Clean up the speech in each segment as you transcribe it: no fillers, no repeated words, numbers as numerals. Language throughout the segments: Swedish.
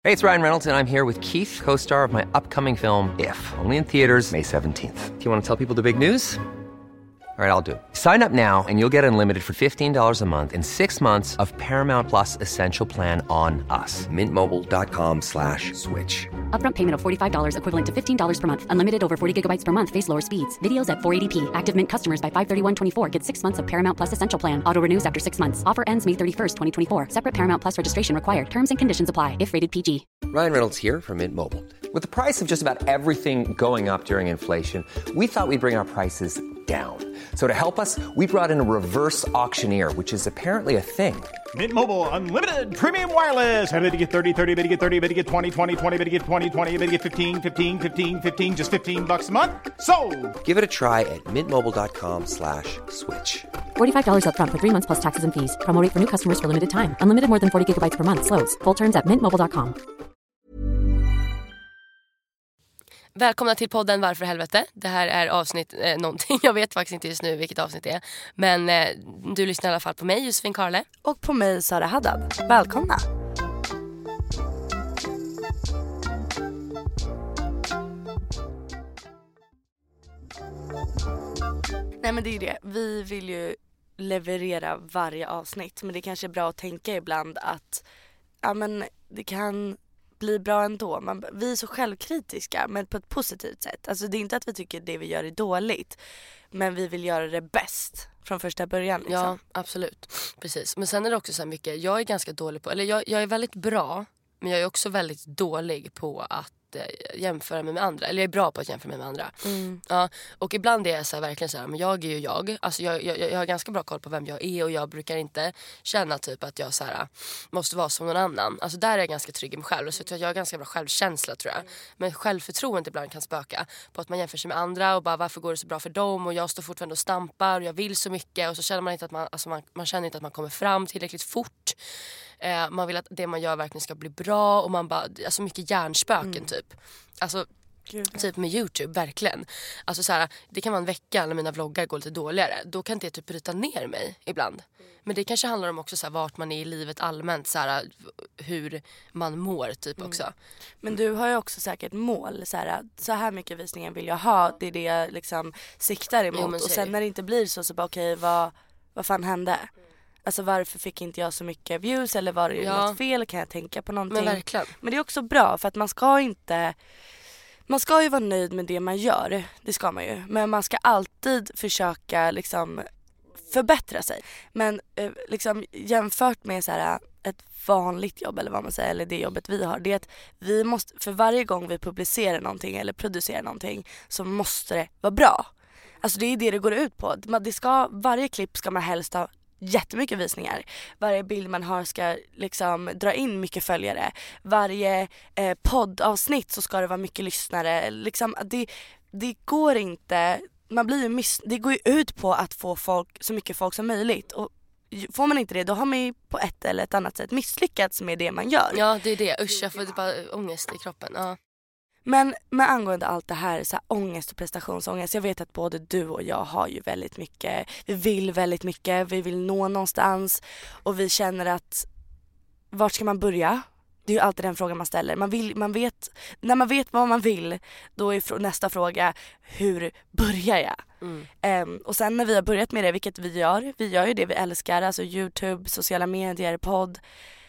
Hey, it's Ryan Reynolds, and I'm here with Keith, co-star of my upcoming film, If, only in theaters May 17th. Do you want to tell people the big news? All right, I'll do it. Sign up now and you'll get unlimited for $15 a month and 6 months of Paramount Plus Essential Plan on us. MintMobile.com/switch. Upfront payment of $45 equivalent to $15 per month. Unlimited over 40 gigabytes per month. Face lower speeds. Videos at 480p. Active Mint customers by 531.24 get 6 months of Paramount Plus Essential Plan. Auto renews after 6 months. Offer ends May 31st, 2024. Separate Paramount Plus registration required. Terms and conditions apply if rated PG. Ryan Reynolds here from Mint Mobile. With the price of just about everything going up during inflation, we thought we'd bring our prices down. So to help us, we brought in a reverse auctioneer, which is apparently a thing. Mint Mobile Unlimited Premium Wireless. How to get 30, 30, bit to get 30, bit to get 20, 20, 20, bit to get 20, 20, bit to get 15, 15, 15, 15, just $15 a month? Sold! Give it a try at mintmobile.com/switch. $45 upfront for 3 months plus taxes and fees. Promo rate for new customers for limited time. Unlimited more than 40 gigabytes per month. Slows full terms at mintmobile.com. Välkomna till podden Varför helvete. Det här är avsnitt någonting. Jag vet faktiskt inte just nu vilket avsnitt det är. Men du lyssnar i alla fall på mig, Josefin Karle. Och på mig, Sara Haddad. Välkomna. Nej, men det är ju det. Vi vill ju leverera varje avsnitt. Men det kanske är bra att tänka ibland att ja, men det kan bli bra ändå. Vi är så självkritiska, men på ett positivt sätt. Alltså det är inte att vi tycker det vi gör är dåligt, men vi vill göra det bäst från första början liksom. Ja, absolut. Precis. Men sen är det också så här mycket, jag är ganska dålig på, eller jag är väldigt bra, men jag är också väldigt dålig på att jämföra mig med andra. Eller jag är bra på att jämföra mig med andra. Ja, och ibland är jag så här, verkligen så här, men jag är ju jag. Alltså jag har ganska bra koll på vem jag är. Och jag brukar inte känna typ att jag så här, måste vara som någon annan. Alltså där är jag ganska trygg i mig själv. Så jag har ganska bra självkänsla, tror jag. Men självförtroende ibland kan spöka på att man jämför sig med andra. Och bara varför går det så bra för dem. Och jag står fortfarande och stampar. Och jag vill så mycket. Och så känner man inte att man känner inte att man kommer fram tillräckligt fort. Man vill att det man gör verkligen ska bli bra. Och man bara, alltså mycket hjärnspöken typ. Alltså typ med YouTube, verkligen. Alltså så här, det kan vara en vecka när mina vloggar går lite dåligare. Då kan det typ bryta ner mig ibland. Men det kanske handlar om också så här, vart man är i livet allmänt, så här, hur man mår typ också. Men du har ju också säkert mål, så här mycket visningar vill jag ha. Det är det jag liksom siktar emot. Jo, och sen när det inte blir så bara okej, vad fan hände? Alltså varför fick inte jag så mycket views, eller var det något fel, kan jag tänka på någonting? Men verkligen. Men det är också bra, för att man ska ju vara nöjd med det man gör. Det ska man ju. Men man ska alltid försöka liksom förbättra sig. Men liksom jämfört med så här, ett vanligt jobb, eller vad man säger, eller det jobbet vi har, det är att vi måste, för varje gång vi publicerar någonting eller producerar någonting, så måste det vara bra. Alltså det är det går ut på. Varje klipp ska man helst ha jättemycket visningar. Varje bild man har ska liksom dra in mycket följare. Varje poddavsnitt så ska det vara mycket lyssnare. Liksom, det går inte. Det går ju ut på att få så mycket folk som möjligt. Och får man inte det, då har man ju på ett eller ett annat sätt misslyckats med det man gör. Ja, det är det. Usch, jag får bara ångest i kroppen. Ja. Men med angående allt det här, så här ångest och prestationsångest, jag vet att både du och jag har ju väldigt mycket, vi vill väldigt mycket, vi vill nå någonstans, och vi känner att vart ska man börja? Det är ju alltid den frågan man ställer. När man vet vad man vill, då är nästa fråga, hur börjar jag? Och sen när vi har börjat med det, vilket vi gör ju det vi älskar, alltså YouTube, sociala medier, podd.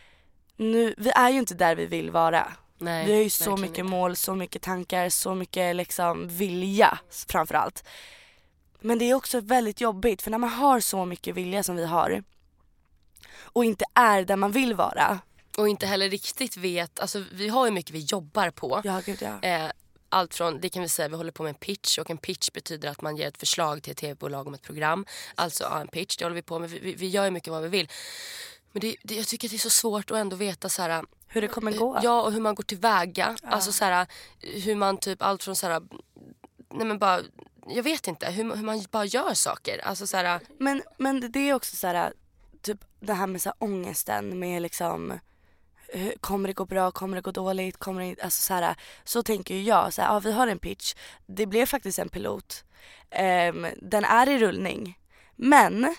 Vi är ju inte där vi vill vara. Nej, vi har ju så mycket mål, så mycket tankar, så mycket liksom vilja framförallt. Men det är också väldigt jobbigt, för när man har så mycket vilja som vi har och inte är där man vill vara, och inte heller riktigt vet, alltså vi har ju mycket vi jobbar på. Ja, gud, ja. Allt från, det kan vi säga, vi håller på med en pitch, och en pitch betyder att man ger ett förslag till ett tv-bolag om ett program. Alltså en pitch, det håller vi på med. Vi gör ju mycket vad vi vill. Men jag tycker att det är så svårt att ändå veta så här, hur det kommer gå. Ja, och hur man går tillväga. Ja. Alltså så här, hur man typ, allt från så här, nej men bara, jag vet inte, hur man bara gör saker. Alltså så här, men det är också så här, typ det här med så här ångesten med liksom, kommer det gå bra, kommer det gå dåligt, alltså så här, så tänker ju jag så här, ja, vi har en pitch. Det blev faktiskt en pilot. Den är i rullning. Men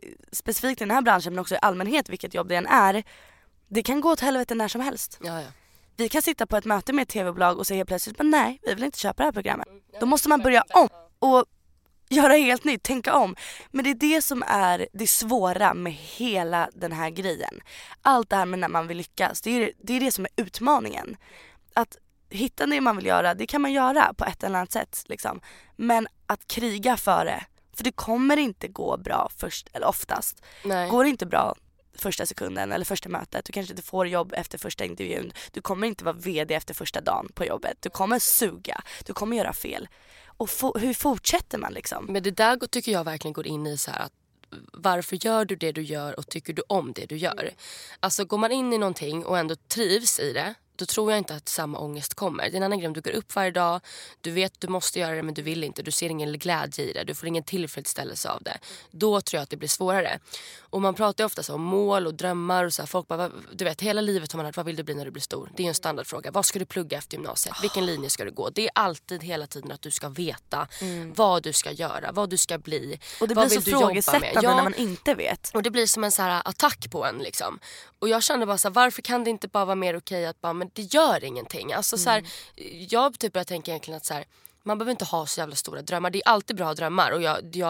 specifikt i den här branschen, men också i allmänhet, vilket jobb det än är, det kan gå åt helvete när som helst. Ja. Vi kan sitta på ett möte med ett tv-bolag och säga helt plötsligt, men nej, vi vill inte köpa det här programmet. Då måste man börja om och göra helt nytt, tänka om. Men det är det som är det svåra med hela den här grejen. Allt det här med när man vill lyckas, det är det som är utmaningen. Att hitta det man vill göra, det kan man göra på ett eller annat sätt liksom. Men att kriga för det, för det kommer inte gå bra först, eller oftast. Nej. Går det inte bra första sekunden eller första mötet, du kanske inte får jobb efter första intervjun, du kommer inte vara vd efter första dagen på jobbet, du kommer suga, du kommer göra fel. Och hur fortsätter man liksom? Men det där tycker jag verkligen går in i så här att varför gör du det du gör och tycker du om det du gör? Alltså går man in i någonting och ändå trivs i det, då tror jag inte att samma ångest kommer. Det är en annan grej om du går upp varje dag, du vet att du måste göra det men du vill inte, du ser ingen glädje i det, du får ingen tillfredsställelse av det. Då tror jag att det blir svårare. Och man pratar ju ofta så om mål och drömmar och så här, folk bara, du vet, hela livet har man hört, vad vill du bli när du blir stor? Det är ju en standardfråga. Vad ska du plugga efter gymnasiet? Vilken linje ska du gå? Det är alltid hela tiden att du ska veta vad du ska göra, vad du ska bli. Och det vad blir vill så du jobba frågesättande med? när man inte vet. Och det blir som en så här attack på en liksom. Och jag kände bara så här, varför kan det inte bara vara mer okej att bara, men det gör ingenting. Alltså så här, jag typ börjar tänka egentligen att så här, man behöver inte ha så jävla stora drömmar. Det är alltid bra drömmar och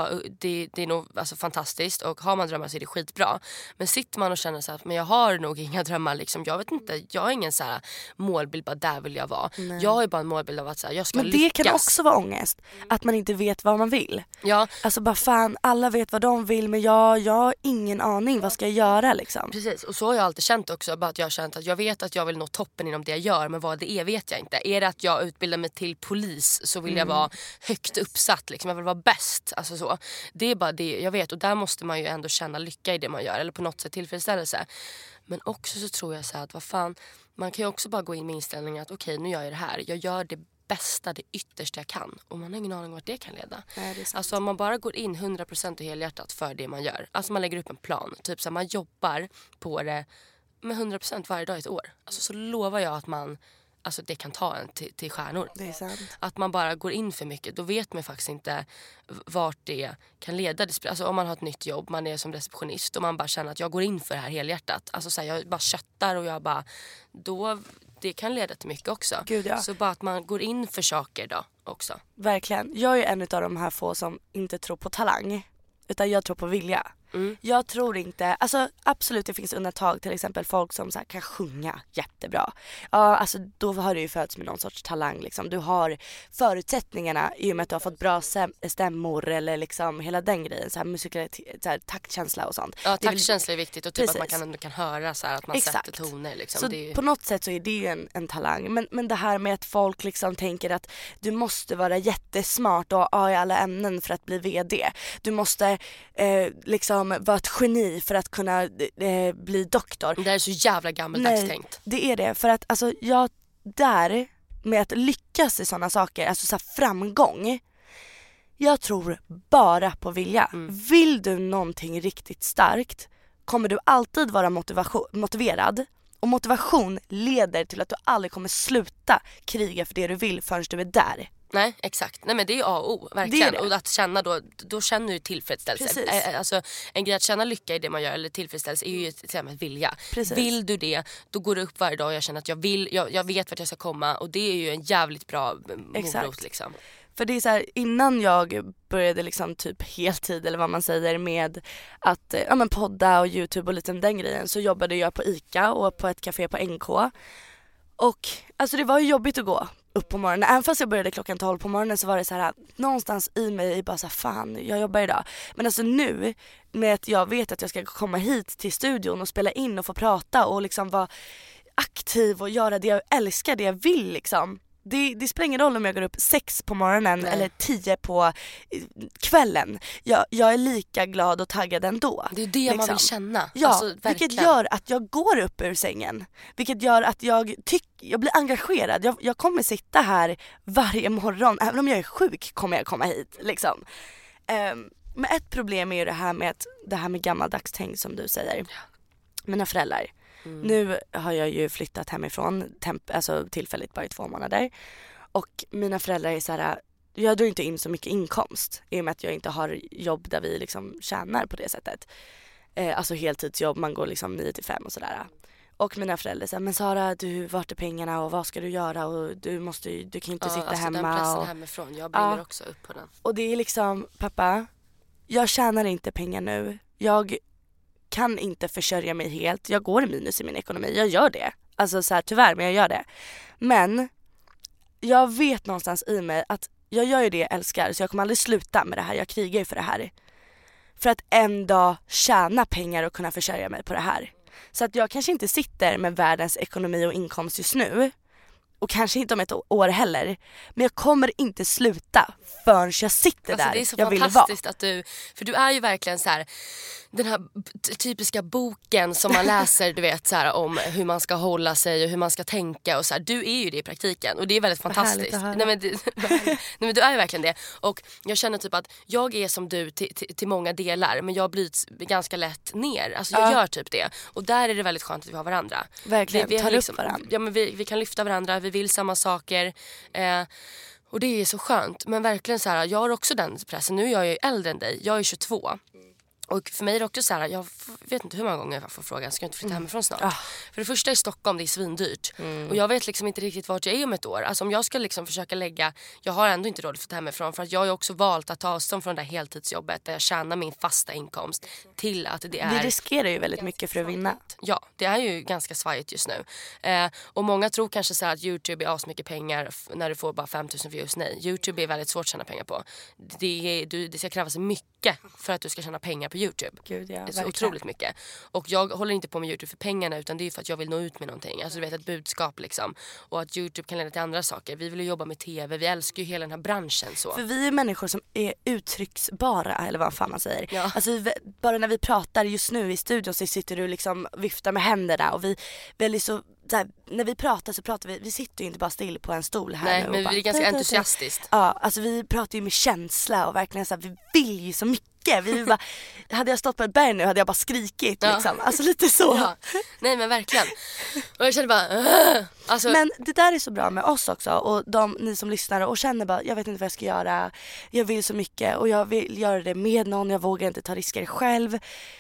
det är nog alltså fantastiskt, och har man drömmar så är det skitbra. Men sitter man och känner så att men jag har nog inga drömmar liksom, jag vet inte, jag har ingen så här målbild, bara där vill jag vara. Nej. Jag har ju bara en målbild av att så här, jag ska men det lyckas. kan också vara ångest, att man inte vet vad man vill. Ja. Alltså bara fan, alla vet vad de vill, men jag har ingen aning, vad ska jag göra liksom? Precis, och så har jag alltid känt också, bara att jag har känt att jag vet att jag vill nå toppen inom det jag gör, men vad det är vet jag inte. Är det att jag utbildar mig till polis så vill jag vara högt uppsatt liksom. Jag vill vara bäst, alltså så. Det är bara det jag vet, och där måste man ju ändå känna lycka i det man gör, eller på något sätt tillfredsställelse. Men också så tror jag så här att vad fan, man kan ju också bara gå in med inställningen att okej, nu gör jag det här, jag gör det bästa, det yttersta jag kan, och man har ingen aning vart det kan leda. Nej, det är sant. Alltså om man bara går in 100% i helhjärtat för det man gör, alltså man lägger upp en plan, typ så här, man jobbar på det med 100% varje dag i ett år, alltså så lovar jag att man, alltså det kan ta en till stjärnor. Det är sant. Att man bara går in för mycket, då vet man faktiskt inte vart det kan leda. Alltså om man har ett nytt jobb, man är som receptionist och man bara känner att jag går in för det här helhjärtat. Alltså så här, jag bara köttar och jag bara, då, det kan leda till mycket också. Gud, ja. Så bara att man går in för saker då också. Verkligen. Jag är en av de här få som inte tror på talang, utan jag tror på vilja. Jag tror inte, alltså absolut det finns undantag, till exempel folk som så här kan sjunga jättebra. Ja, alltså då har du ju fötts med någon sorts talang liksom. Du har förutsättningarna i och med att du har fått bra stämmor eller liksom hela den grejen, så här musikalitet, så här taktkänsla och sånt. Ja, taktkänsla är viktigt, och typ precis. att man ändå kan höra så här, att man sätter toner liksom. Så det är... på något sätt så är det ju en talang, men det här med att folk liksom tänker att du måste vara jättesmart och ha i alla ämnen för att bli vd. Du måste liksom vara ett geni för att kunna bli doktor. Det är så jävla gammaldags tänkt. Det är det, för att alltså jag där med att lyckas i sådana saker, alltså så här framgång, jag tror bara på vilja. Vill du någonting riktigt starkt kommer du alltid vara motiverad, och motivation leder till att du aldrig kommer sluta kriga för det du vill förrän du är där. Nej, exakt. Nej, men det är A och O, verkligen. Det. Och att känna då känner du tillfredsställelse. Alltså en grej att känna lycka i det man gör, eller tillfredsställelse, är ju till exempel vilja. Precis. Vill du det, då går du upp varje dag och jag känner att jag vet vart jag ska komma, och det är ju en jävligt bra morot liksom. För det är så här, innan jag började liksom typ heltid eller vad man säger med att podda och YouTube och lite den grejen, så jobbade jag på ICA och på ett café på NK. Och alltså det var ju jobbigt att gå upp på morgonen. Även fast jag började klockan 12 på morgonen så var det så här, någonstans i mig bara så här, fan, jag jobbar idag. Men alltså nu, med att jag vet att jag ska komma hit till studion och spela in och få prata och liksom vara aktiv och göra det jag älskar, det jag vill liksom. Det spelar ingen roll om jag går upp 6 på morgonen eller 10 på kvällen. Jag är lika glad och taggad ändå. Det är det liksom. Man vill känna. Ja, alltså, vilket gör att jag går upp ur sängen. Vilket gör att jag blir engagerad. Jag kommer sitta här varje morgon. Även om jag är sjuk kommer jag komma hit. Liksom. Men ett problem är ju det här med gammaldags tänk som du säger. Mina föräldrar. Nu har jag ju flyttat hemifrån alltså tillfälligt, bara i 2 månader. Och mina föräldrar är så här, jag drar inte in så mycket inkomst i och med att jag inte har jobb där vi liksom tjänar på det sättet. Alltså heltidsjobb, man går liksom 9 till 5 och sådär. Och mina föräldrar sa, men Sara, vart är pengarna och vad ska du göra och du kan inte sitta hemma. Den pressen och hemifrån, jag brinner också upp på den. Och det är liksom, pappa, jag tjänar inte pengar nu. Jag kan inte försörja mig helt. Jag går i minus i min ekonomi, jag gör det. Alltså så här, tyvärr, men jag gör det. Men jag vet någonstans i mig att jag gör ju det jag älskar, så jag kommer aldrig sluta med det här. Jag krigar ju för det här. För att en dag tjäna pengar och kunna försörja mig på det här. Så att jag kanske inte sitter med världens ekonomi och inkomst just nu. Och kanske inte om ett år heller. Men jag kommer inte sluta förrän jag sitter där det är så jag vill vara. fantastiskt att för du är ju verkligen så här, den här typiska boken som man läser, du vet så här, om hur man ska hålla sig och hur man ska tänka och så här. Du är ju det i praktiken och det är väldigt fantastiskt. Nej men du är ju verkligen det. Och jag känner typ att jag är som du till många delar, men jag bryts ganska lätt ner. Alltså jag gör typ det. Och där är det väldigt skönt att vi har varandra. Verkligen, vi tar liksom, upp varandra. Ja, men vi kan lyfta varandra, vi vill samma saker. Och det är så skönt. Men verkligen så här, jag har också den pressen. Nu är jag ju äldre än dig. Jag är 22. Och för mig är det också så här, jag vet inte hur många gånger jag får frågan, ska jag inte flytta hemifrån snart? För det första i Stockholm, det är svindyrt. Och jag vet liksom inte riktigt vart jag är om ett år. Alltså om jag ska liksom försöka lägga, jag har ändå inte råd att flytta hemifrån, för att jag har ju också valt att ta avstånd från det här heltidsjobbet där jag tjänar min fasta inkomst till att det är... Vi riskerar ju väldigt mycket för att vinna. Ja, det är ju ganska svajigt just nu. Och många tror kanske så här att YouTube är asmycket pengar när du får bara 5000 views. Nej, YouTube är väldigt svårt att tjäna pengar på. Det ska krävas mycket för att du ska tjäna pengar på YouTube. Gud, ja, så otroligt mycket. Och jag håller inte på med YouTube för pengarna, utan det är för att jag vill nå ut med någonting. Alltså du vet, ett budskap liksom. Och att YouTube kan leda till andra saker. Vi vill ju jobba med tv, vi älskar ju hela den här branschen så. För vi är människor som är uttrycksbara, eller vad fan man säger. Ja. Alltså bara när vi pratar just nu i studion så sitter du liksom viftar med händerna och vi är så där, när vi pratar vi sitter ju inte bara still på en stol här. Nej, nu men bara, vi är ganska entusiastiskt. Ja, alltså vi pratar ju med känsla och verkligen så här, vi vill ju så mycket. Vi bara, hade jag stått på ett berg nu hade jag bara skrikit liksom. Alltså lite så. Ja. Nej men verkligen. Och jag kände bara alltså... Men det där är så bra med oss också. Och ni som lyssnar och känner bara, jag vet inte vad jag ska göra. Jag vill så mycket och jag vill göra det med någon. Jag vågar inte ta risker själv.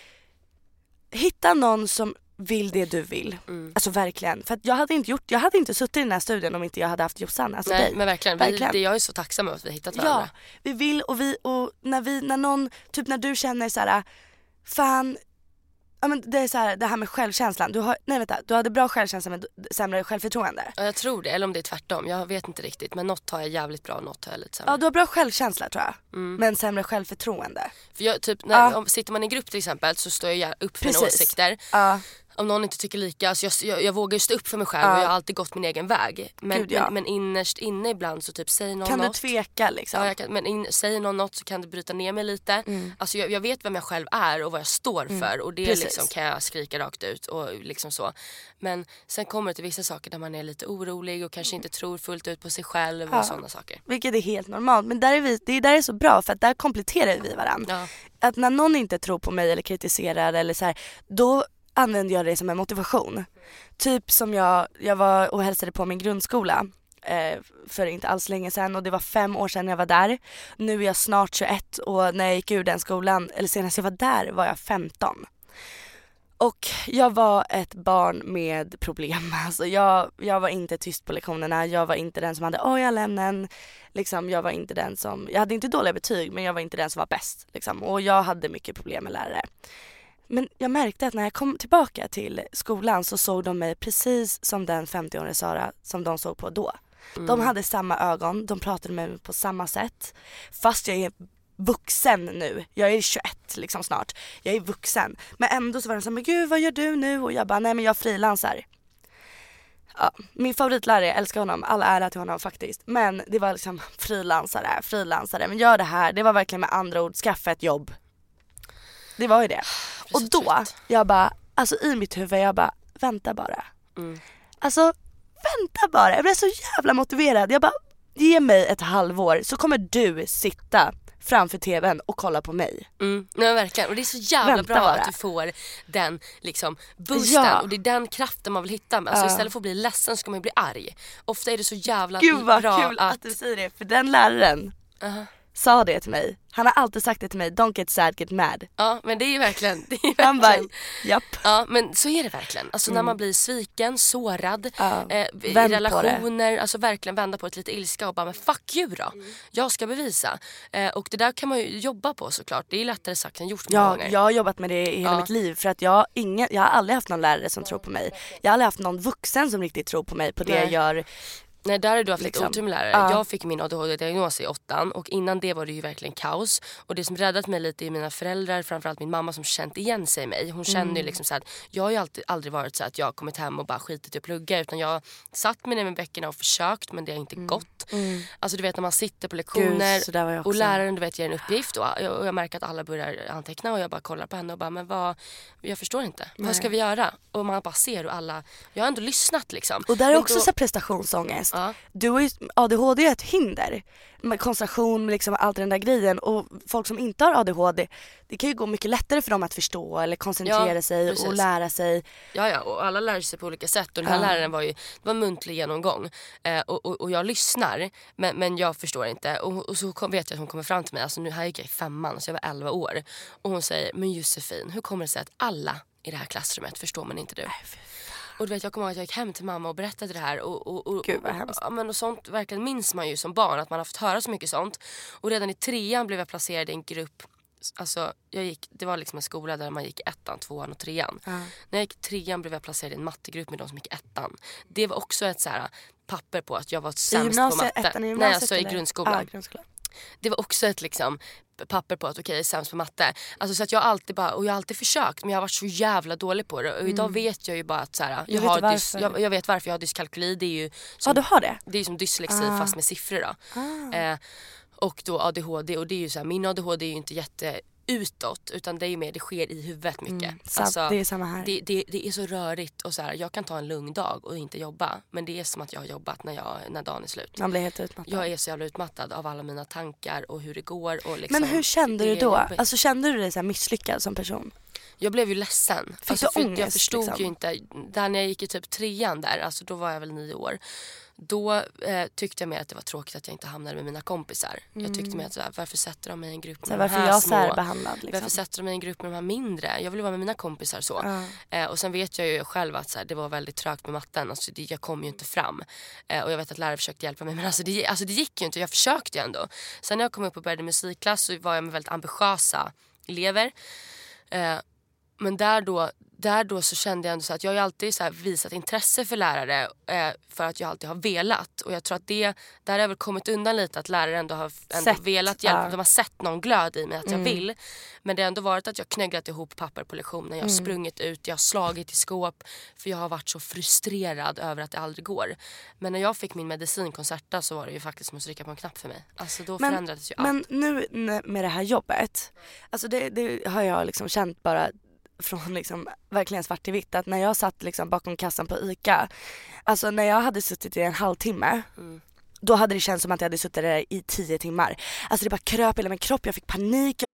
Hitta någon som vill det du vill. Alltså verkligen. För att jag hade inte suttit i den här studien om inte jag hade haft Jossan. Alltså nej, dig. men verkligen. Jag är så tacksam över att vi har hittat varandra. Ja, vi vill och när någon, typ när du känner så här, fan, ja men det är så här, det här med självkänslan. Du hade bra självkänsla men sämre självförtroende. Ja, jag tror det, eller om det är tvärtom. Jag vet inte riktigt, men något har jag jävligt bra, något har jag lite sämre. Ja, du har bra självkänsla tror jag. Men sämre självförtroende. För jag, typ, sitter man i grupp till exempel så står jag upp för mina åsikter. Ja. Om någon inte tycker lika, alltså jag vågar ju stå upp för mig själv och jag har alltid gått min egen väg. Men innerst inne ibland så typ säger någon kan något. Du tveka liksom? Ja, säger någon något så kan det bryta ner mig lite. Alltså jag vet vem jag själv är och vad jag står för. Och det liksom kan jag skrika rakt ut och liksom så. Men sen kommer det till vissa saker där man är lite orolig och kanske inte tror fullt ut på sig själv och sådana saker. Vilket är helt normalt. Men det där är så bra för att där kompletterar vi varandra. Ja. Att när någon inte tror på mig eller kritiserar eller så här, då använder jag det som en motivation. Typ som jag var och hälsade på min grundskola för inte alls länge sedan och det var 5 år sedan jag var där. Nu är jag snart 21 och när jag gick ur den skolan, eller senast jag var där var jag 15. Och jag var ett barn med problem. Alltså jag var inte tyst på lektionerna. Jag var inte den som hade jag lämnar. Liksom, jag var inte den som, jag hade inte dåliga betyg men jag var inte den som var bäst. Liksom. Och jag hade mycket problem med lärare. Men jag märkte att när jag kom tillbaka till skolan så såg de mig precis som den 50-åriga Sara som de såg på då. De hade samma ögon, de pratade med mig på samma sätt. Fast jag är vuxen nu, jag är 21 liksom snart. Jag är vuxen, men ändå så var de så här, men gud vad gör du nu? Och jag bara, nej men jag frilansar. Ja, min favoritlärare, jag älskar honom, alla ära till honom faktiskt. Men det var liksom frilansare, men gör det här. Det var verkligen med andra ord, skaffa ett jobb. Det var ju det. Och då, jag bara, alltså i mitt huvud, jag bara, vänta bara. Alltså, vänta bara. Jag blev så jävla motiverad. Jag bara, ge mig ett halvår så kommer du sitta framför tvn och kolla på mig. Nej, verkligen. Och det är så jävla bra att du får den liksom boosten. Och det är den kraften man vill hitta. Alltså istället för att bli ledsen ska man bli arg. Ofta är det så jävla Gud vad bra kul att du säger det. För den läraren sa det till mig. Han har alltid sagt det till mig. Don't get sad, get mad. Ja, men det är ju verkligen. Det är verkligen. Han bara, japp. Ja, men så är det verkligen. Alltså när man blir sviken, sårad, i relationer. Alltså verkligen vända på ett lite ilska och bara, men fuck you då. Jag ska bevisa. Och det där kan man ju jobba på såklart. Det är lättare sagt än gjort många gånger. Jag har jobbat med det i hela mitt liv. För att jag har aldrig haft någon lärare som tror på mig. Jag har aldrig haft någon vuxen som riktigt tror på mig på det jag gör. Nej, där har du haft lite otur med lärare. Jag fick min ADHD-diagnos i 8:an och innan det var det ju verkligen kaos. Och det som räddat mig lite är mina föräldrar, framförallt min mamma som känt igen sig i mig. Hon känner ju liksom så att jag har ju aldrig varit så att jag har kommit hem och bara skitit i att plugga, utan jag satt mig ner med böckerna och försökt, men det har inte gått. Alltså du vet när man sitter på lektioner och läraren du vet ger en uppgift och jag märker att alla börjar anteckna och jag bara kollar på henne och bara, men jag förstår inte. Nej. Vad ska vi göra? Och man bara ser hur alla, jag har ändå lyssnat liksom. Och där är också så prestationsångest. Du har ju, ADHD är ett hinder med koncentration, med liksom allt den där grejen, och folk som inte har ADHD, det kan ju gå mycket lättare för dem att förstå eller koncentrera sig och lära sig. Ja, och alla lär sig på olika sätt och den här läraren det var muntlig genomgång och jag lyssnar men jag förstår inte och så vet jag att hon kommer fram till mig, alltså nu här gick jag i 5:an så jag var 11 år och hon säger, men Josefin, hur kommer det sig att alla i det här klassrummet förstår man inte du? Och du vet, jag kommer ihåg att jag gick hem till mamma och berättade det här och Gud vad hemskt. Och sånt verkligen minns man ju som barn, att man har fått höra så mycket sånt. Och redan i 3:an blev jag placerad i en grupp. Alltså det var liksom en skola där man gick 1:an, 2:an och 3:an. När jag gick 3:an blev jag placerad i en mattegrupp med de som gick 1:an. Det var också ett så här papper på att jag var sämst på matte. Nej, alltså i grundskolan. Det var också ett liksom papper på att okej, jag är sämst på matte. Alltså så att jag har alltid försökt, men jag har varit så jävla dålig på det. Och idag vet jag ju bara att så här, jag vet varför jag har dyskalkyli. Det är ju som, du har det? Det är ju som dyslexi fast med siffror då. Och då ADHD, och det är ju så här, min ADHD är ju inte jätte utåt, utan det är ju mer, det sker i huvudet mycket. Alltså, det är samma här. Det är så rörigt och så här, jag kan ta en lugn dag och inte jobba, men det är som att jag har jobbat när dagen är slut. Man blir helt utmattad. Jag är så jävla utmattad av alla mina tankar och hur det går och liksom, men hur kände du då? Alltså kände du dig så här misslyckad som person? Jag blev ju ledsen. Fick du ångest, jag förstod liksom? ju inte. Där när jag gick i typ 3:an där, alltså då var jag väl 9 år. Då tyckte jag mer att det var tråkigt att jag inte hamnade med mina kompisar. Jag tyckte mer att varför sätter de mig i en grupp med de här jag små? Särbehandlad, liksom. Varför sätter de mig i en grupp med de här mindre? Jag ville vara med mina kompisar så. Och sen vet jag ju själv att så här, det var väldigt trögt med matten. Alltså, jag kom ju inte fram. Och jag vet att lärare försökte hjälpa mig. Men alltså, det gick ju inte. Jag försökte ju ändå. Sen när jag kom upp och började musikklass så var jag med väldigt ambitiösa elever. Men där då så kände jag ändå så att jag har alltid så här visat intresse för lärare för att jag alltid har velat. Och jag tror att där har jag väl kommit undan lite, att lärare ändå har velat hjälpa. De har sett någon glöd i mig att jag vill. Men det har ändå varit att jag knögglat ihop papper på lektionen. Jag har sprungit ut, jag har slagit i skåp. För jag har varit så frustrerad över att det aldrig går. Men när jag fick min medicinkoncerta så var det ju faktiskt som att trycka på en knapp för mig. Alltså då förändrades ju allt. Men nu med det här jobbet, alltså det har jag liksom känt bara från liksom verkligen svart till vitt, att när jag satt liksom bakom kassan på ICA, alltså när jag hade suttit i en halvtimme då hade det känts som att jag hade suttit där i 10 timmar. Alltså det bara kröp hela min kropp, jag fick panik.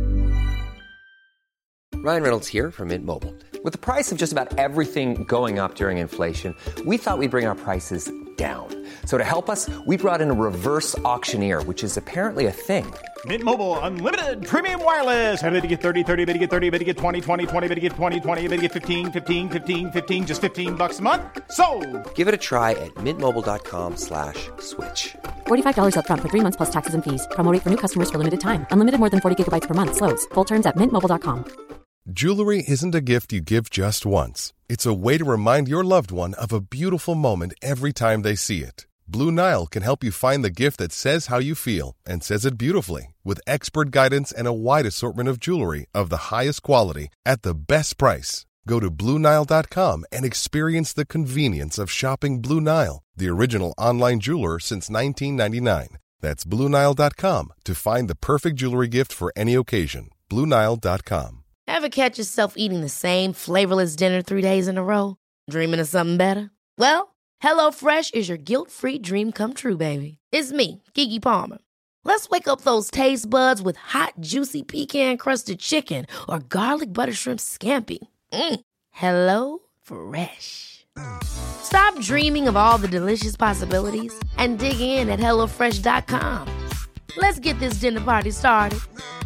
Ryan Reynolds here from Mint Mobile. With the price of just about everything going up during inflation, we thought we'd bring our prices down. So to help us, we brought in a reverse auctioneer, which is apparently a thing. Mint Mobile Unlimited Premium Wireless. How to get 30, 30, bit to get 30, bit to get 20, 20, 20, bit to get 20, 20, bit to get 15, 15, 15, 15, just $15 a month? Sold! Give it a try at mintmobile.com/switch. $45 up front for 3 months plus taxes and fees. Promo rate for new customers for limited time. Unlimited more than 40 gigabytes per month. Slows full terms at mintmobile.com. Jewelry isn't a gift you give just once. It's a way to remind your loved one of a beautiful moment every time they see it. Blue Nile can help you find the gift that says how you feel and says it beautifully, with expert guidance and a wide assortment of jewelry of the highest quality at the best price. Go to BlueNile.com and experience the convenience of shopping Blue Nile, the original online jeweler since 1999. That's BlueNile.com to find the perfect jewelry gift for any occasion. BlueNile.com. Ever catch yourself eating the same flavorless dinner 3 days in a row? Dreaming of something better? Well, HelloFresh is your guilt-free dream come true, baby. It's me, Keke Palmer. Let's wake up those taste buds with hot, juicy pecan-crusted chicken or garlic butter shrimp scampi. Hello Fresh. Stop dreaming of all the delicious possibilities and dig in at HelloFresh.com. Let's get this dinner party started.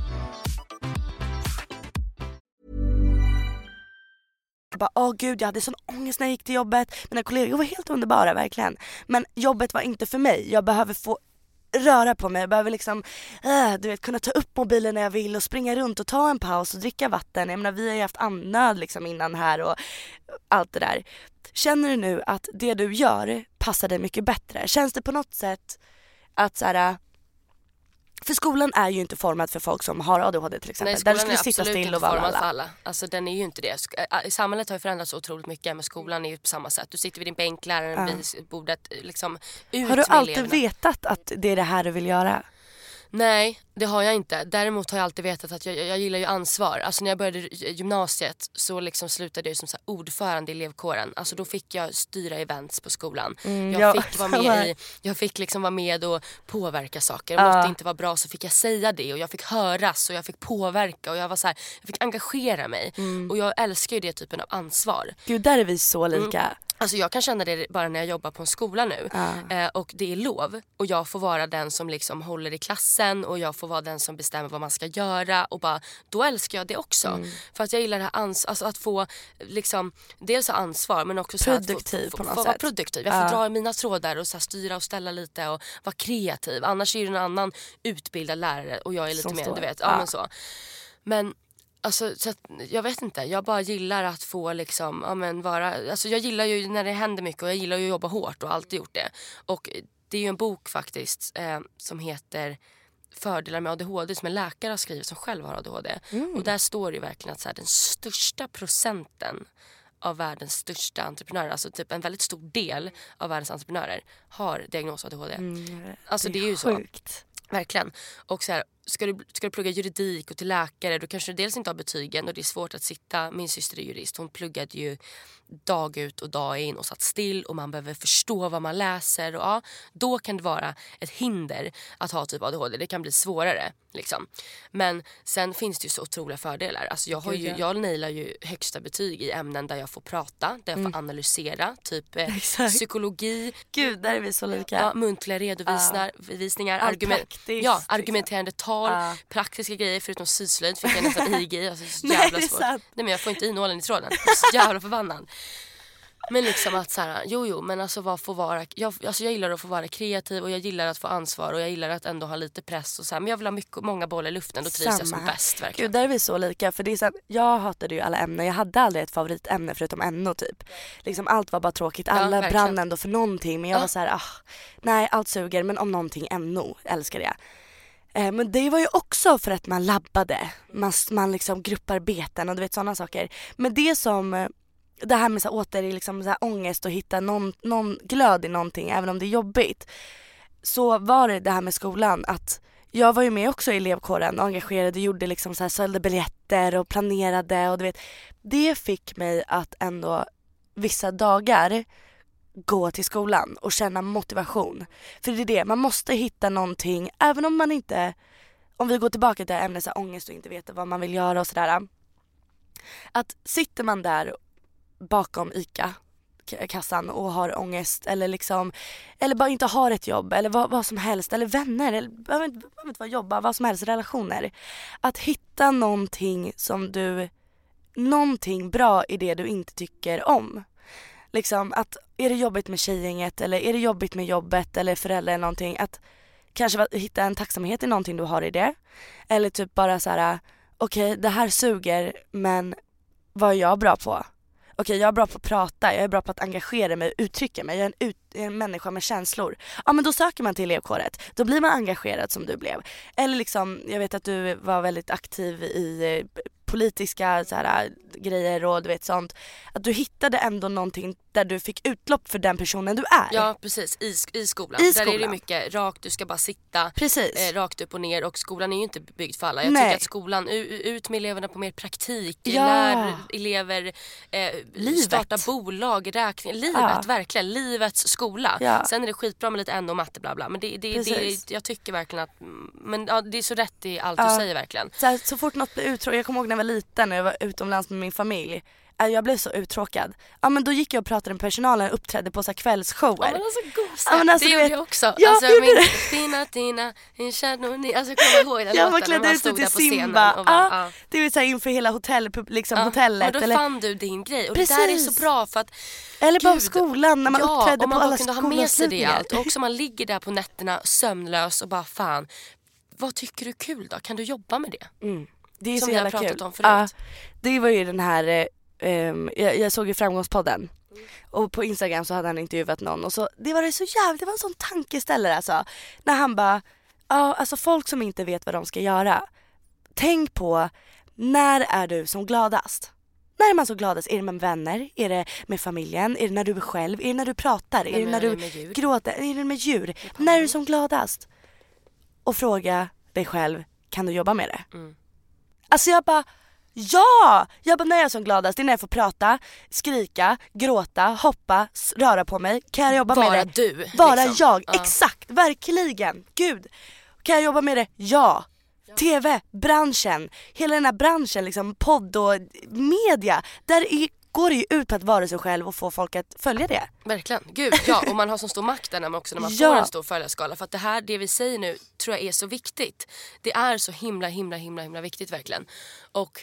Jag bara, gud, jag hade sån ångest när jag gick till jobbet. Mina kollegor var helt underbara, verkligen. Men jobbet var inte för mig. Jag behöver få röra på mig. Jag behöver liksom, du vet, kunna ta upp mobilen när jag vill och springa runt och ta en paus och dricka vatten. Jag menar, vi har ju haft andnöd liksom innan här och allt det där. Känner du nu att det du gör passar dig mycket bättre? Känns det på något sätt att så här, för skolan är ju inte formad för folk som har ADHD till exempel. Nej, skolan där skulle är sitta absolut still inte och vara formad alla. för alla. Alltså den är ju inte det. Samhället har ju förändrats otroligt mycket, men skolan är ju på samma sätt. Du sitter vid din bänk, läraren vid bordet, liksom ut. Har du med alltid eleverna. vetat att det är det här du vill göra? Nej, det har jag inte. Däremot har jag alltid vetat att jag gillar ju ansvar. Alltså när jag började gymnasiet så liksom slutade jag som så här ordförande i elevkåren. Alltså då fick jag styra events på skolan. Jag fick liksom vara med och påverka saker. Om något inte var bra så fick jag säga det, och jag fick höras och jag fick påverka, och jag var så här, jag fick engagera mig. Och jag älskar ju det typen av ansvar. Gud, där är vi så lika. Alltså jag kan känna det bara när jag jobbar på en skola nu och det är lov och jag får vara den som liksom håller i klassen och jag får vara den som bestämmer vad man ska göra, och bara, då älskar jag det också. För att jag gillar det här alltså att få liksom, dels ha ansvar men också produktiv så att få vara produktiv. Jag får dra i mina trådar och så här, styra och ställa lite och vara kreativ. Annars är det en annan utbildad lärare och jag är lite mer, du vet, men så. Men alltså, så att, jag vet inte, jag bara gillar att få liksom, vara, alltså jag gillar ju när det händer mycket och jag gillar ju att jobba hårt och alltid gjort det. Och det är ju en bok faktiskt som heter Fördelar med ADHD, som en läkare har skrivit som själv har ADHD. Och där står det ju verkligen att så här, den största procenten av världens största entreprenörer, alltså typ en väldigt stor del av världens entreprenörer har diagnos ADHD. Alltså det är ju sjukt. Så. Verkligen. Och så här, ska du plugga juridik och till läkare, då kanske du dels inte har betygen och det är svårt att sitta. Min syster är jurist, hon pluggade ju dag ut och dag in och satt still och man behöver förstå vad man läser, och då kan det vara ett hinder att ha typ ADHD. Det kan bli svårare liksom. Men sen finns det ju så otroliga fördelar. Alltså jag nailar ju högsta betyg i ämnen där jag får prata, där jag får analysera, typ psykologi. Gud, där är vi så lika. Ja, muntliga redovisningar, argumenterande tal, praktiska grejer, förutom syslöjd fick jag nästan IG i. Alltså, så jävla svårt. Nej, men jag får inte innehållen i tråden. Jag är så jävla förbannad. Men liksom att så här, men alltså vad får vara, jag gillar att få vara kreativ och jag gillar att få ansvar och jag gillar att ändå ha lite press och så här, men jag vill ha många bollar i luften, då trivs jag som bäst verkligen. Gud, där är vi så lika, för det är så här, jag hatade ju alla ämnen, jag hade aldrig ett favoritämne förutom NO typ. Liksom allt var bara tråkigt, alla brann ändå för någonting, men jag var så här, nej, allt suger, men om någonting NO älskar jag. Men det var ju också för att man labbade, man liksom grupparbeten och du vet sådana saker. Men det här med så här ångest och hitta någon glöd i någonting även om det är jobbigt, så var det här med skolan, att jag var ju med också i elevkåren och engagerade, gjorde liksom så här, sålde biljetter och planerade, och du vet, det fick mig att ändå vissa dagar gå till skolan och känna motivation. För det är det, man måste hitta någonting, även om man inte, om vi går tillbaka till ämnet så här, ångest och inte vet vad man vill göra och sådär, att sitter man där bakom ICA-kassan och har ångest, eller bara inte har ett jobb, eller vad som helst, eller vänner, eller behöver inte vara jobba, vad som helst, relationer, att hitta någonting bra i det du inte tycker om. Liksom att, är det jobbigt med tjejgänget, eller är det jobbigt med jobbet eller föräldrar eller någonting, att kanske hitta en tacksamhet i någonting du har i det, eller typ bara så här: okej, det här suger, men vad är jag bra på? Okej, jag är bra på att prata, jag är bra på att engagera mig, uttrycka mig, jag är en människa med känslor. Ja, men då söker man till elevkåret, då blir man engagerad som du blev. Eller liksom, jag vet att du var väldigt aktiv i politiska så här, grejer och du vet sånt, att du hittade ändå någonting där du fick utlopp för den personen du är. Ja, precis, i skolan. Där är det mycket rakt, du ska bara sitta rakt upp och ner, och skolan är ju inte byggd för alla. Jag tycker att skolan, ut med eleverna på mer praktik, lär elever starta bolag, räkning, livet, verkligen, livets skola. Sen är det skitbra med lite NO och matte bla bla, men det jag tycker verkligen att, men det är så rätt i allt du säger verkligen. Så fort något blir uttråkat, jag kommer ihåg när jag var liten, när jag var utomlands med min familj, jag blev så uttråkad. Ja men då gick jag och pratade med personalen och uppträdde på så här kvällsshower. Ja men alltså gosigt, ja, men alltså, det gjorde jag också. Ja, alltså jag min Tina, en kärnoni. Alltså jag kommer ihåg den jag låten när man ut stod till där på Simba. scenen och bara, det vill säga inför hela hotellet men då fann du din grej och Precis. det där är så bra för att eller bara på skolan när man uppträdde och man på alla kunde ha med sig det skolavslutningar. allt. Och också man ligger där på nätterna sömnlös och bara fan, vad tycker du är kul då? Kan du jobba med det? Det är som så vi har jävla pratat kul. om förut. Det var ju den här jag såg ju Framgångspodden och på Instagram så hade han intervjuat någon och så det var en sån tankeställare alltså. När han bara alltså folk som inte vet vad de ska göra. Tänk på när är du som gladast? När är man så gladast? Är det med vänner? Är det med familjen? Är det när du är själv? Är det när du pratar? Är det när du gråter? Är det med djur? När är du som gladast? Och fråga dig själv, kan du jobba med det? Alltså jag bara när jag är som gladast, det är när jag får prata, skrika, gråta, hoppa, röra på mig. Kan jag jobba med det? Vara liksom. Jag, exakt, verkligen. Gud, kan jag jobba med det? Ja. TV, branschen, hela den här branschen liksom, podd och media, går det ju ut på att vara sig själv och få folk att följa det. Verkligen, gud ja, och man har så stor makt där när man får en stor följarskala. För att det vi säger nu tror jag är så viktigt. Det är så himla viktigt verkligen. Och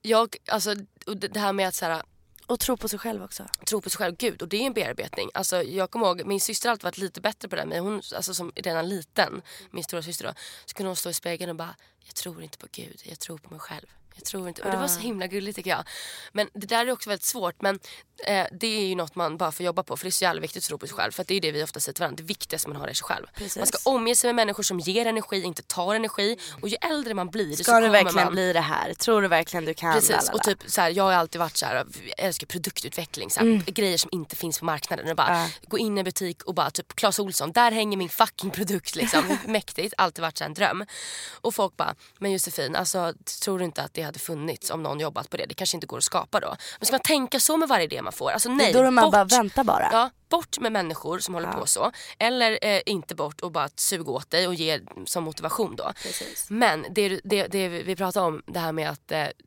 det här med att så här, och tro på sig själv också. Tro på sig själv, gud, och det är en bearbetning. Alltså jag kommer ihåg, min syster har alltid varit lite bättre på det. Men hon, alltså som redan liten, min stora syster då, så kunde hon stå i spegeln och bara, jag tror inte på Gud, jag tror på mig själv. Jag tror inte, och det var så himla gulligt tycker jag. Men det där är också väldigt svårt. Men det är ju något man bara får jobba på. För det är så jävla viktigt att tro på sig själv. För att det är det vi ofta säger till varandra. Det viktigaste man har är sig själv. Precis. Man ska omge sig med människor som ger energi, inte tar energi. Och ju äldre man blir, ska du verkligen bli det här? Tror du verkligen du kan? Precis, och typ så här, jag har alltid varit så här, jag älskar produktutveckling så här, grejer som inte finns på marknaden. Och bara gå in i en butik och bara typ Clas Ohlson, där hänger min fucking produkt liksom. Mäktigt, alltid varit så här en dröm. Och folk bara, men Josefin, alltså tror du inte att det hade funnits om någon jobbat på det? Det kanske inte går att skapa då. Men ska man tänka så med varje idé man får? Alltså nej, då man bara vänta bara. Ja, bort med människor som håller på så. Eller inte bort och bara suga åt dig och ge som motivation då. Precis. Men det vi pratar om, det här med att det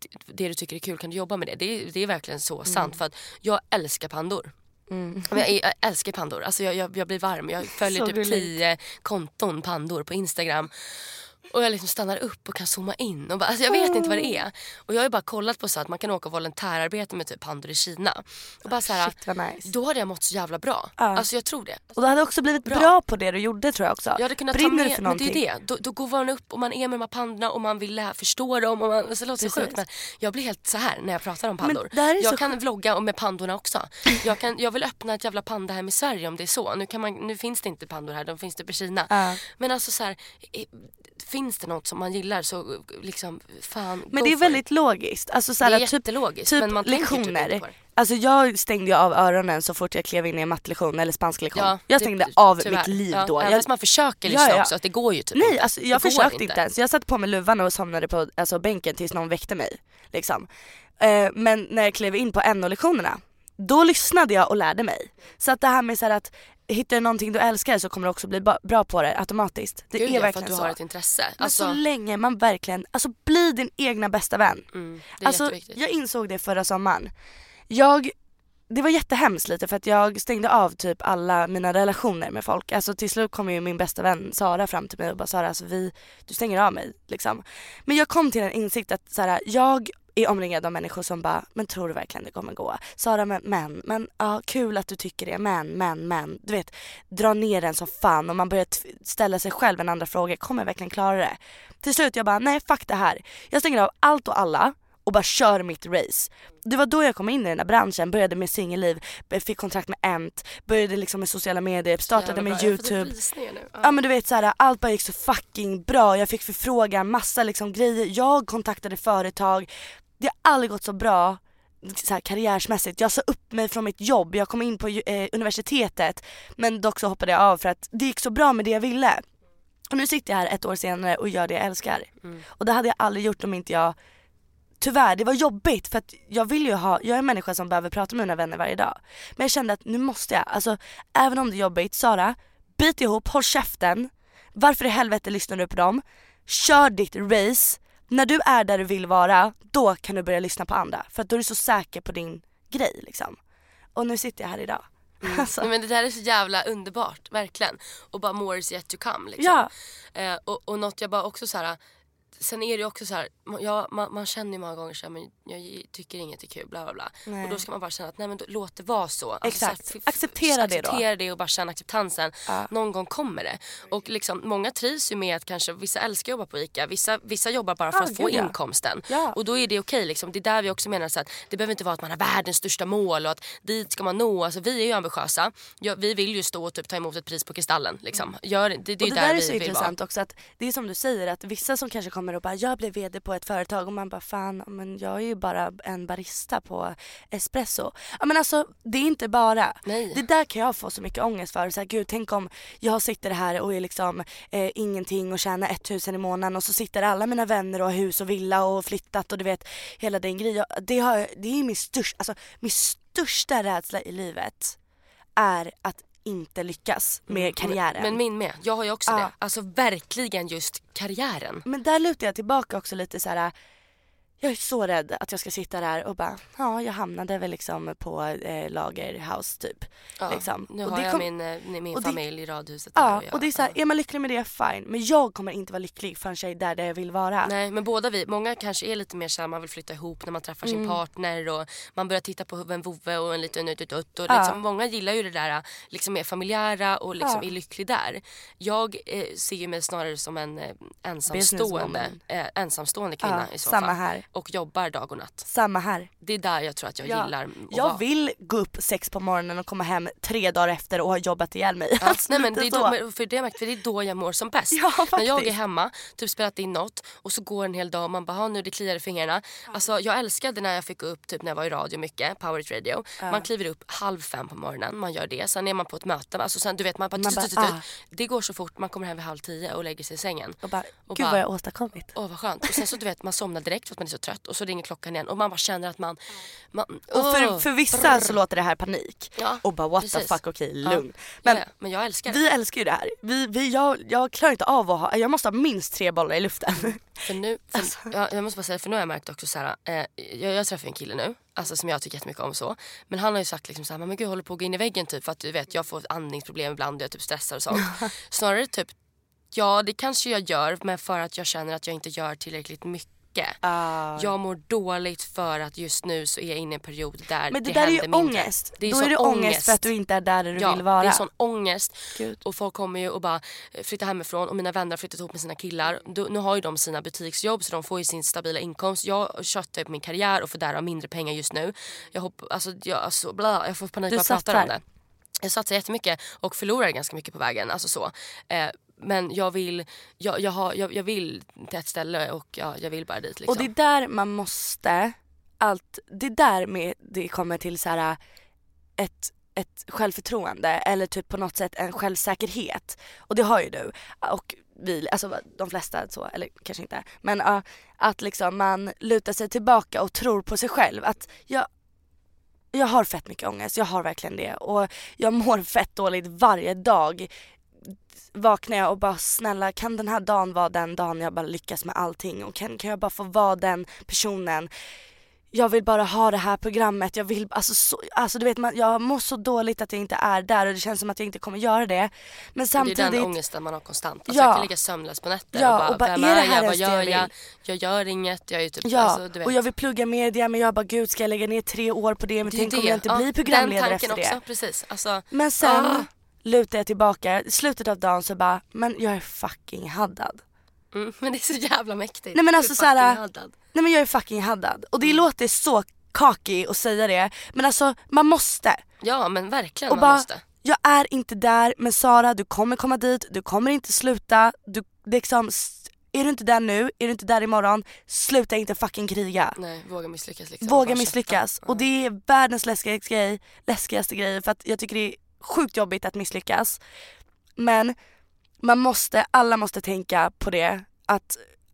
du tycker är kul, kan du jobba med det? Det är verkligen så sant. För att jag älskar pandor. Jag älskar pandor. Alltså jag blir varm. Jag följer typ 10 konton pandor på Instagram. Och jag liksom stannar upp och kan zooma in och bara, alltså jag vet inte vad det är. Och jag har ju bara kollat på så att man kan åka volontärarbete med typ pandor i Kina. Och bara så här, shit, vad nice. Då hade jag mått så jävla bra. Alltså jag tror det. Och du hade också blivit bra på det du gjorde, tror jag också. Jag hade kunnat brinner ta med, för men någonting. det är det. Då går man upp och man är med de här pandorna och man vill förstå dem. Och man, så låter så sjukt, men jag blir helt så här när jag pratar om pandor. Jag kan vlogga med pandorna också. Jag vill öppna ett jävla panda hem i Sverige om det är så. Nu finns det inte pandor här, de finns det på Kina. Men alltså så här, finns det något som man gillar så liksom fan. Men det är väldigt logiskt. Alltså så här, det är jättelogiskt, typ men man lektioner. tänker typ inte på det. Alltså jag stängde ju av öronen så fort jag klev in i en mattelektion eller spansk lektion. Ja, jag stängde av tyvärr. mitt liv då. Fast man försöker lyssna också, att det går ju typ nej, inte. alltså jag försökte inte ens. Jag satt på mig luvan och somnade på bänken tills någon väckte mig. Liksom. Men när jag klev in på NO-lektionerna, då lyssnade jag och lärde mig. Så att det här med så här att hittar du någonting du älskar så kommer du också bli bra på det automatiskt. Det är verkligen för att du så. har ett intresse. Men så länge man verkligen, alltså bli din egna bästa vän. Det är alltså jätteviktigt. jag insåg det förra sommaren. Det var jättehemskt lite för att jag stängde av typ alla mina relationer med folk. Alltså till slut kom ju min bästa vän Sara fram till mig och bara, Sara, alltså du stänger av mig liksom. Men jag kom till en insikt att så här, jag är omringad av människor som bara, men tror du verkligen det kommer gå? Sara, men ja, kul att du tycker det, men du vet, dra ner den som fan och man börjar ställa sig själv en andra fråga, kommer jag verkligen klara det? Till slut jag bara, nej fuck det här. Jag stänger av allt och alla och bara kör mitt race. Det var då jag kom in i den här branschen, började med singelliv, fick kontrakt med Ent, började liksom med sociala medier, startade med YouTube. Ja men du vet så här, allt bara gick så fucking bra. Jag fick förfrågan, massa liksom grejer. Jag kontaktade företag. Det har aldrig gått så bra så här, karriärsmässigt. Jag sa upp mig från mitt jobb. Jag kom in på universitetet, men dock så hoppade jag av för att det gick så bra med det jag ville. Och nu sitter jag här 1 år senare och gör det jag älskar. Och det hade jag aldrig gjort om inte jag... Tyvärr, det var jobbigt för att jag är en människa som behöver prata med mina vänner varje dag. Men jag kände att nu måste jag, alltså även om det är jobbigt, Sara, bit ihop, håll käften. Varför i helvete lyssnar du på dem? Kör ditt race, när du är där du vill vara, då kan du börja lyssna på andra. För att då är du så säker på din grej liksom. Och nu sitter jag här idag. Alltså. Men det där är så jävla underbart, verkligen. Och bara more is yet to come liksom. Ja. Och något jag bara också så här. Sen är det ju också så här, man känner ju många gånger så här, men jag tycker inget är kul, bla bla bla. Nej. Och då ska man bara känna att nej men då, låt det vara så. Alltså, Exakt, så här, acceptera det då. Acceptera det och bara känna acceptansen. Någon gång kommer det. Och liksom, många trivs ju med att kanske, vissa älskar att jobba på ICA, vissa jobbar bara för att få inkomsten. Ja. Och då är det okej liksom. Det är där vi också menar så att det behöver inte vara att man har världens största mål och att dit ska man nå. Alltså vi är ju ambitiösa. Vi vill ju stå och typ ta emot ett pris på Kristallen liksom. Det är och det där där är vi så vill intressant vara. också, att det är som du säger, att vissa som kanske kommer och bara, jag blev vd på ett företag, och man bara, fan, men jag är ju bara en barista på espresso. Ja men alltså, det är inte bara. Nej. Det där kan jag få så mycket ångest för. Så här, gud, tänk om jag sitter här och är liksom ingenting och tjänar 1000 i månaden, och så sitter alla mina vänner och har hus och villa och flyttat och du vet, hela den grejen. Det är min största rädsla i livet är att inte lyckas med karriären. Men min med. Jag har ju också det. Alltså verkligen just karriären. Men där lutar jag tillbaka också lite så här. Jag är så rädd att jag ska sitta där och bara, ja, jag hamnade väl liksom på Lagerhaus typ. Ja, liksom. Nu och har det jag min familj i radhuset. Ja, och det är så här, är man lycklig med det, fine. Men jag kommer inte vara lycklig förrän jag är där jag vill vara. Nej, men många kanske är lite mer så här, man vill flytta ihop när man träffar sin partner och man börjar titta på en vovve och en liten utt och liksom, många gillar ju det där liksom mer familjära och liksom är lycklig där. Jag ser ju mig snarare som en ensamstående kvinna i så fall. Samma här. Och jobbar dag och natt. Samma här. Det är där jag tror att jag gillar att jag vill gå upp 6 på morgonen och komma hem 3 dagar efter och ha jobbat ihjäl mig. Ja, nej, men det är då jag mår som bäst. Ja, när jag är hemma, typ spelat in något och så går en hel dag och man bara, nu det kliar i fingrarna. Alltså jag älskade när jag fick gå upp typ när jag var i radio mycket, Power It Radio. Man kliver upp 4:30 på morgonen, man gör det. Sen är man på ett möte, alltså sen du vet man bara det går så fort, man kommer hem vid 9:30 och lägger sig i sängen. Och bara, gud vad jag åstadkommit. Åh vad skönt. Och sen så du vet man somnar direkt för att man är så trött och så ringer klockan igen och man bara känner att man och för vissa så låter det här panik. Ja, och bara what the fuck, okej, lugn. Men jag älskar det. Vi älskar ju det här. Jag klarar inte av att jag måste ha minst 3 bollar i luften. Jag måste bara säga, för nu har jag märkt också så här, jag träffar en kille nu, alltså som jag tycker jättemycket om så. Men han har ju sagt liksom så här, men gud, jag håller på att gå in i väggen typ, för att du vet, jag får andningsproblem ibland och jag typ stressar och sånt. Snarare typ, ja det kanske jag gör, men för att jag känner att jag inte gör tillräckligt mycket. Jag mår dåligt för att just nu så är jag inne i en period där men det där är ju ångest. Då är det ångest för att du inte är där du vill vara. Det är sån ångest. Gud. Och folk kommer ju och bara flytta hemifrån och mina vänner har flyttat ihop med sina killar. Nu har ju de sina butiksjobb så de får ju sin stabila inkomst. Jag köttar på min karriär och får därav mindre pengar just nu. Jag får panik när jag pratar om det. Jag satsar jättemycket och förlorar ganska mycket på vägen, alltså så. Men jag vill till ett ställe och jag vill bara dit liksom. Och det är där man måste det är där med det kommer till så här ett självförtroende eller typ på något sätt en självsäkerhet. Och det har ju du. Och vi, alltså de flesta så, eller kanske inte. Men att liksom man lutar sig tillbaka och tror på sig själv. Att jag har fett mycket ångest, jag har verkligen det. Och jag mår fett dåligt varje dag. Vaknar jag och bara, snälla, kan den här dagen vara den dagen jag bara lyckas med allting? Och kan jag bara få vara den personen? Jag vill bara ha det här programmet. Jag vill, alltså du vet, jag mår så dåligt att jag inte är där. Och det känns som att jag inte kommer göra det. Men samtidigt, det är den ångesten man har konstant. Alltså jag kan ligga sömnlös på nätter och bara vem är jag? Vad gör jag? Jag gör inget. Jag är typ, alltså, du vet. Och jag vill plugga media, men jag bara, gud, ska jag lägga ner 3 år på det? Men tänk om jag inte blir programledare efter det. Den tanken också, precis. Alltså, men sen lutar jag tillbaka. I slutet av dagen så bara, men jag är fucking haddad. Men det är så jävla mäktigt. Nej men alltså såhär, nej men jag är fucking haddad. Och det låter så cocky att säga det. Men alltså man måste. Ja men verkligen, och man måste. Jag är inte där, men Sara, du kommer komma dit. Du kommer inte sluta. Du liksom, är du inte där nu, är du inte där imorgon, sluta inte fucking kriga. Nej, våga misslyckas liksom. Våga misslyckas. Och det är världens läskigaste grej. För att jag tycker det är sjukt jobbigt att misslyckas. Men alla måste tänka på det, att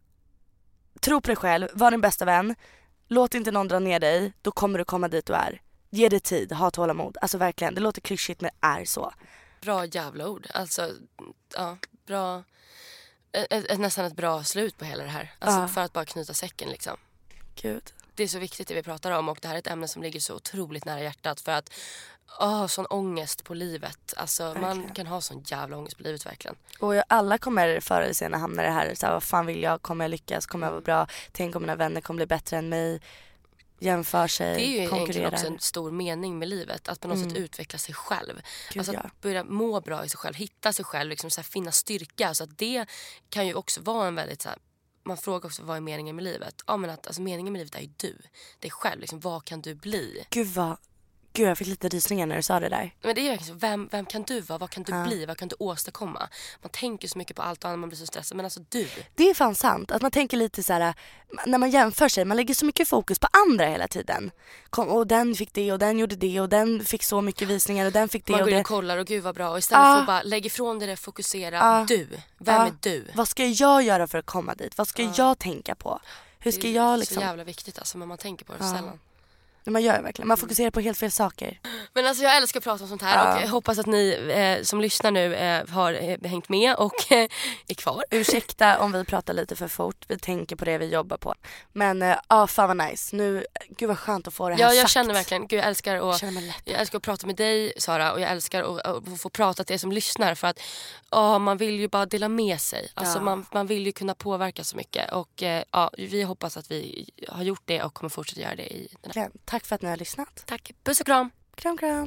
tro på dig själv, var din bästa vän, låt inte någon dra ner dig, då kommer du komma dit du är. Ge dig tid, ha tålamod, alltså verkligen, det låter klyschigt men är så. Bra jävla ord, alltså ja, bra. nästan ett bra slut på hela det här. Alltså för att bara knyta säcken liksom. Gud. Det är så viktigt det vi pratar om, och det här är ett ämne som ligger så otroligt nära hjärtat, för att sån ångest på livet. Alltså verkligen. Man kan ha sån jävla ångest på livet verkligen. Och alla kommer förr eller senare hamna i det här. Så här, vad fan vill jag? Kommer jag lyckas? Kommer jag vara bra? Tänk om mina vänner kommer bli bättre än mig? Jämför sig, det är ju konkurrerar. egentligen också en stor mening med livet. Att på något sätt utveckla sig själv. Gud, alltså att börja må bra i sig själv. Hitta sig själv, liksom så här, finna styrka. Så att det kan ju också vara en väldigt så här, man frågar också vad är meningen med livet. Ja, men att alltså, meningen med livet är ju du. Det är själv, liksom, vad kan du bli? Gud, jag fick lite rysningar när du sa det där. Men det är verkligen så, vem kan du vara? Vad kan du bli? Vad kan du åstadkomma? Man tänker så mycket på allt annat, man blir så stressad. Men alltså du. Det är fan sant. Att man tänker lite så här, när man jämför sig, man lägger så mycket fokus på andra hela tiden. Och den fick det, och den gjorde det, och den fick så mycket visningar, och den fick det. Man går in och kollar, och gud vad bra. Och istället för att bara lägga ifrån det, fokusera. Du, vem är du? Vad ska jag göra för att komma dit? Vad ska jag tänka på? Hur ska jag liksom... Det är så jävla viktigt alltså, men man tänker på det sällan. Man gör verkligen. Man fokuserar på helt fel saker. Men alltså jag älskar att prata om sånt här. Och jag hoppas att ni som lyssnar nu har hängt med och är kvar. Ursäkta om vi pratar lite för fort. Vi tänker på det vi jobbar på. Men fan vad nice. Nu, gud vad skönt att få det här sagt. Jag känner verkligen, gud jag älskar att prata med dig Sara. Och jag älskar att få prata till er som lyssnar. För att man vill ju bara dela med sig. Alltså man vill ju kunna påverka så mycket. Och vi hoppas att vi har gjort det och kommer fortsätta göra det i den här. Tack för att ni har lyssnat. Tack. Puss och kram. Kram, kram.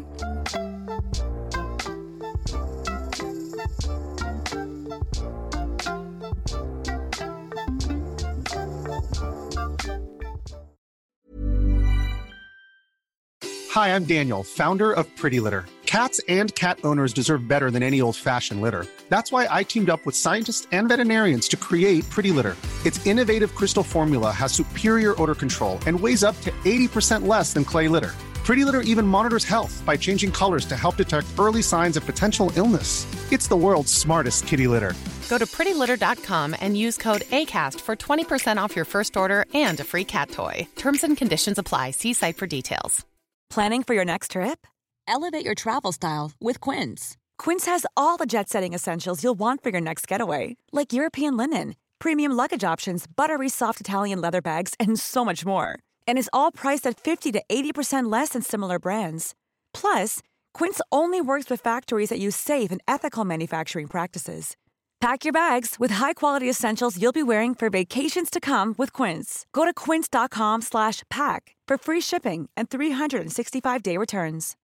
Hi, I'm Daniel, founder of Pretty Litter. Cats and cat owners deserve better than any old-fashioned litter. That's why I teamed up with scientists and veterinarians to create Pretty Litter. Its innovative crystal formula has superior odor control and weighs up to 80% less than clay litter. Pretty Litter even monitors health by changing colors to help detect early signs of potential illness. It's the world's smartest kitty litter. Go to prettylitter.com and use code ACAST for 20% off your first order and a free cat toy. Terms and conditions apply. See site for details. Planning for your next trip? Elevate your travel style with Quince. Quince has all the jet-setting essentials you'll want for your next getaway, like European linen, premium luggage options, buttery soft Italian leather bags, and so much more. And is all priced at 50 to 80% less than similar brands. Plus, Quince only works with factories that use safe and ethical manufacturing practices. Pack your bags with high-quality essentials you'll be wearing for vacations to come with Quince. Go to quince.com/pack for free shipping and 365-day returns.